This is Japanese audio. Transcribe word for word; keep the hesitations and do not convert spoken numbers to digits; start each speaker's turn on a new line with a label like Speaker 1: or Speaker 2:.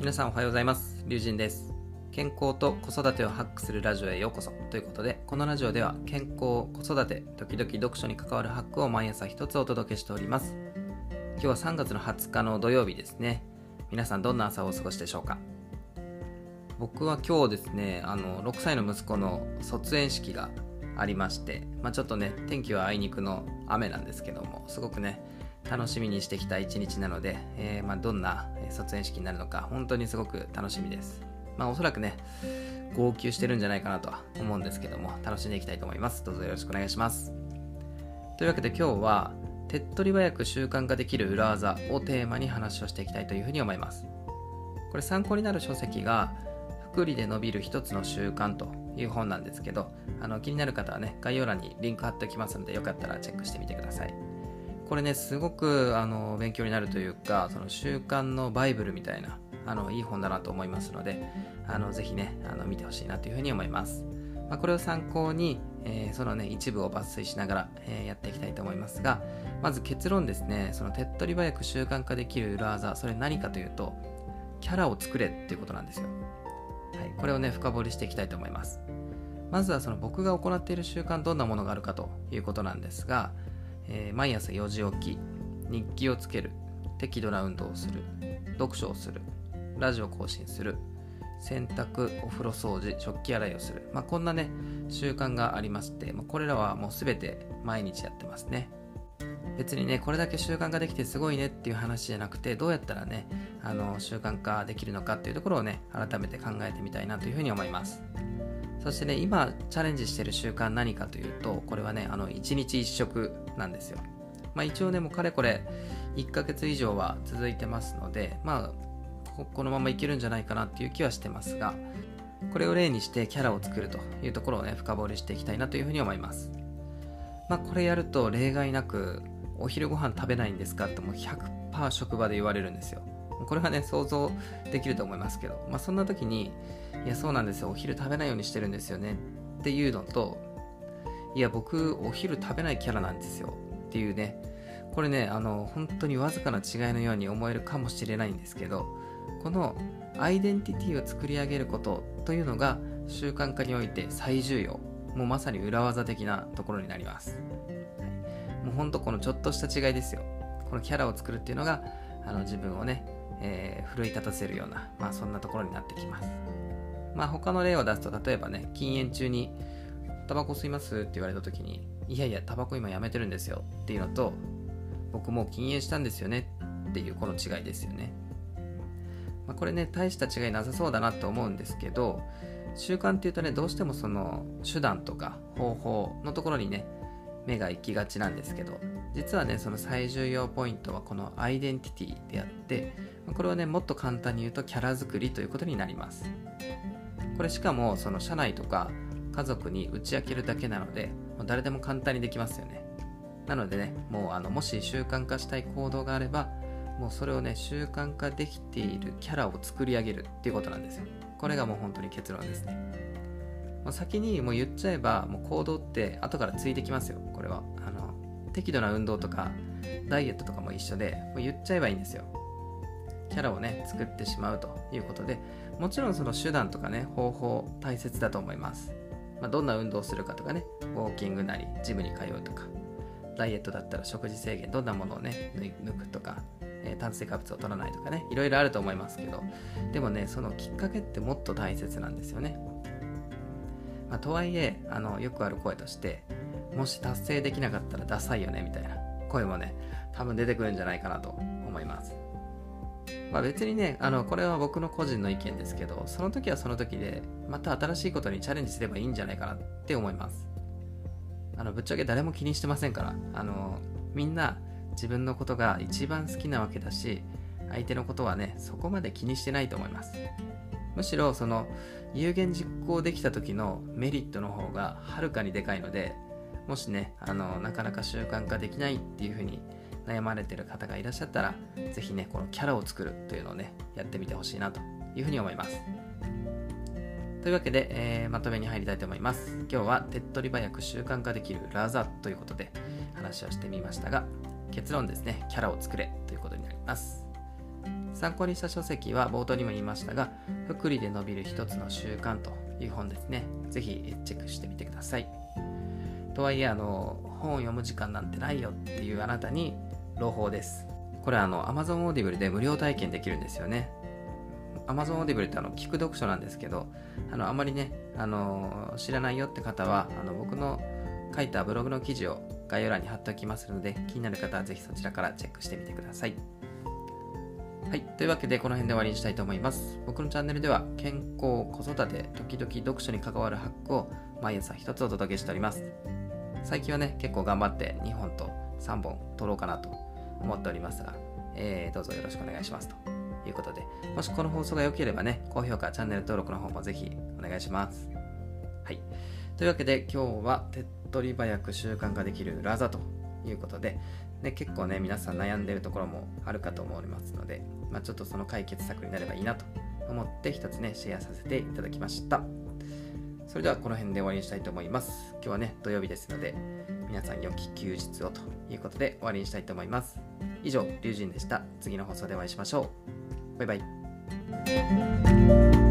Speaker 1: 皆さんおはようございます。龍神です。健康と子育てをハックするラジオへようこそということで、このラジオでは健康、子育て、時々読書に関わるハックを毎朝一つお届けしております。今日はさんがつのはつかの土曜日ですね。皆さんどんな朝をお過ごしでしょうか。僕は今日ですね、あのろくさいの息子の卒園式がありまして、まあ、ちょっとね天気はあいにくの雨なんですけども、すごくね楽しみにしてきた一日なので、えー、まあどんな卒園式になるのか本当にすごく楽しみです。まあおそらくね号泣してるんじゃないかなとは思うんですけども、楽しんでいきたいと思います。どうぞよろしくお願いします。というわけで今日は手っ取り早く習慣化できる裏技をテーマに話をしていきたいというふうに思います。これ参考になる書籍が複利で伸びる一つの習慣という本なんですけど、あの気になる方はね概要欄にリンク貼っておきますので、よかったらチェックしてみてください。これねすごくあの勉強になるというか、その習慣のバイブルみたいなあのいい本だなと思いますので、あのぜひねあの見てほしいなというふうに思います。まあ、これを参考に、えー、そのね一部を抜粋しながら、えー、やっていきたいと思いますが、まず結論ですね。その手っ取り早く習慣化できる裏技、それ何かというとキャラを作れっていうことなんですよ。はい、これをね深掘りしていきたいと思います。まずはその僕が行っている習慣、どんなものがあるかということなんですが、えー、毎朝よじ起き、日記をつける、適度な運動をする、読書をする、ラジオ更新する、洗濯、お風呂掃除、食器洗いをする、まあ、こんなね習慣がありまして、これらはもうすべて毎日やってますね。別にねこれだけ習慣化できてすごいねっていう話じゃなくて、どうやったらねあの習慣化できるのかっていうところをね改めて考えてみたいなというふうに思います。そしてね今チャレンジしている習慣何かというと、これはねあのいちにちいっしょくなんですよ。まあ一応ねもうかれこれいっかげつ以上は続いてますので、まあ こ, このままいけるんじゃないかなっていう気はしてますが、これを例にしてキャラを作るというところをね深掘りしていきたいなというふうに思います。まあこれやると例外なくお昼ご飯食べないんですかってもう ひゃくパーセント 職場で言われるんですよ。これはね想像できると思いますけど、まあそんな時にいやそうなんですよ、お昼食べないようにしてるんですよねっていうのと、いや僕お昼食べないキャラなんですよっていうね、これねあの本当にわずかな違いのように思えるかもしれないんですけど、このアイデンティティを作り上げることというのが習慣化において最重要、もうまさに裏技的なところになります。もうほんとこのちょっとした違いですよ。このキャラを作るっていうのがあの自分をね、えー、奮い立たせるような、まあそんなところになってきます。まあ他の例を出すと、例えばね禁煙中にタバコ吸いますって言われた時に、いやいやタバコ今やめてるんですよっていうのと、僕もう禁煙したんですよねっていうこの違いですよね。まあ、これね大した違いなさそうだなと思うんですけど、習慣っていうとねどうしてもその手段とか方法のところにね目が行きがちなんですけど、実はねその最重要ポイントはこのアイデンティティであって、これはねもっと簡単に言うとキャラ作りということになります。これしかもその社内とか家族に打ち明けるだけなので、もう誰でも簡単にできますよね。なのでねもうあのもし習慣化したい行動があれば、もうそれをね習慣化できているキャラを作り上げるっていうことなんですよ。これがもう本当に結論ですね。もう先にもう言っちゃえば、もう行動って後からついてきますよ。これはあの適度な運動とかダイエットとかも一緒で、もう言っちゃえばいいんですよ。キャラをね作ってしまうということで、もちろんその手段とかね方法大切だと思います。まあ、どんな運動をするかとかね、ウォーキングなりジムに通うとか、ダイエットだったら食事制限、どんなものをね抜くとか、えー、炭水化物を取らないとかね、いろいろあると思いますけど、でもねそのきっかけってもっと大切なんですよね。まあ、とはいえあのよくある声として、もし達成できなかったらダサいよねみたいな声もね多分出てくるんじゃないかなと思います。まあ、別にねあのこれは僕の個人の意見ですけど、その時はその時でまた新しいことにチャレンジすればいいんじゃないかなって思います。あのぶっちゃけ誰も気にしてませんから、あのみんな自分のことが一番好きなわけだし、相手のことはねそこまで気にしてないと思います。むしろその有言実行できた時のメリットの方がはるかにでかいので、もしねあのなかなか習慣化できないっていう風に悩まれてる方がいらっしゃったら、ぜひねこのキャラを作るというのをねやってみてほしいなというふうに思います。というわけで、えー、まとめに入りたいと思います。今日は手っ取り早く習慣化できる裏技ということで話をしてみましたが、結論ですね、キャラを作れということになります。 参考にした書籍は冒頭にも言いましたが、福利で伸びる一つの習慣という本ですね。ぜひチェックしてみてください。とはいえ、あの本を読む時間なんてないよっていうあなたに朗報です。これあの Amazon Audible で無料体験できるんですよね。Amazon Audible ってあの聞く読書なんですけど、あのあまりね、あの知らないよって方は、あの僕の書いたブログの記事を概要欄に貼っておきますので、気になる方はぜひそちらからチェックしてみてください。はい。というわけで、この辺で終わりにしたいと思います。僕のチャンネルでは、健康、子育て、時々読書に関わるハックを毎朝一つお届けしております。最近はね、結構頑張ってにほんとさんぼん撮ろうかなと思っておりますが、えー、どうぞよろしくお願いしますということで、もしこの放送が良ければね、高評価、チャンネル登録の方もぜひお願いします。はい。というわけで、今日は手っ取り早く習慣化できる裏技ということで、ね、結構ね、皆さん悩んでるところもあるかと思いますので、まあ、ちょっとその解決策になればいいなと思って一つね、シェアさせていただきました。それではこの辺で終わりにしたいと思います。今日はね、土曜日ですので、皆さん良き休日をということで終わりにしたいと思います。以上、龍神でした。次の放送でお会いしましょう。バイバイ。